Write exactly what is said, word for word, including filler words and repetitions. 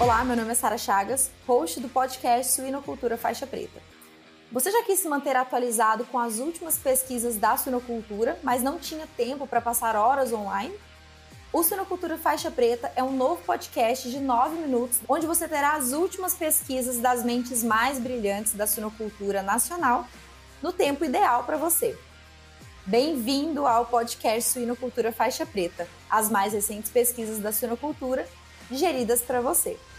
Olá, meu nome é Sara Chagas, host do podcast Suinocultura Faixa Preta. Você já quis se manter atualizado com as últimas pesquisas da suinocultura, mas não tinha tempo para passar horas online? O Suinocultura Faixa Preta é um novo podcast de nove minutos, onde você terá as últimas pesquisas das mentes mais brilhantes da suinocultura nacional, no tempo ideal para você. Bem-vindo ao podcast Suinocultura Faixa Preta, as mais recentes pesquisas da suinocultura digeridas para você.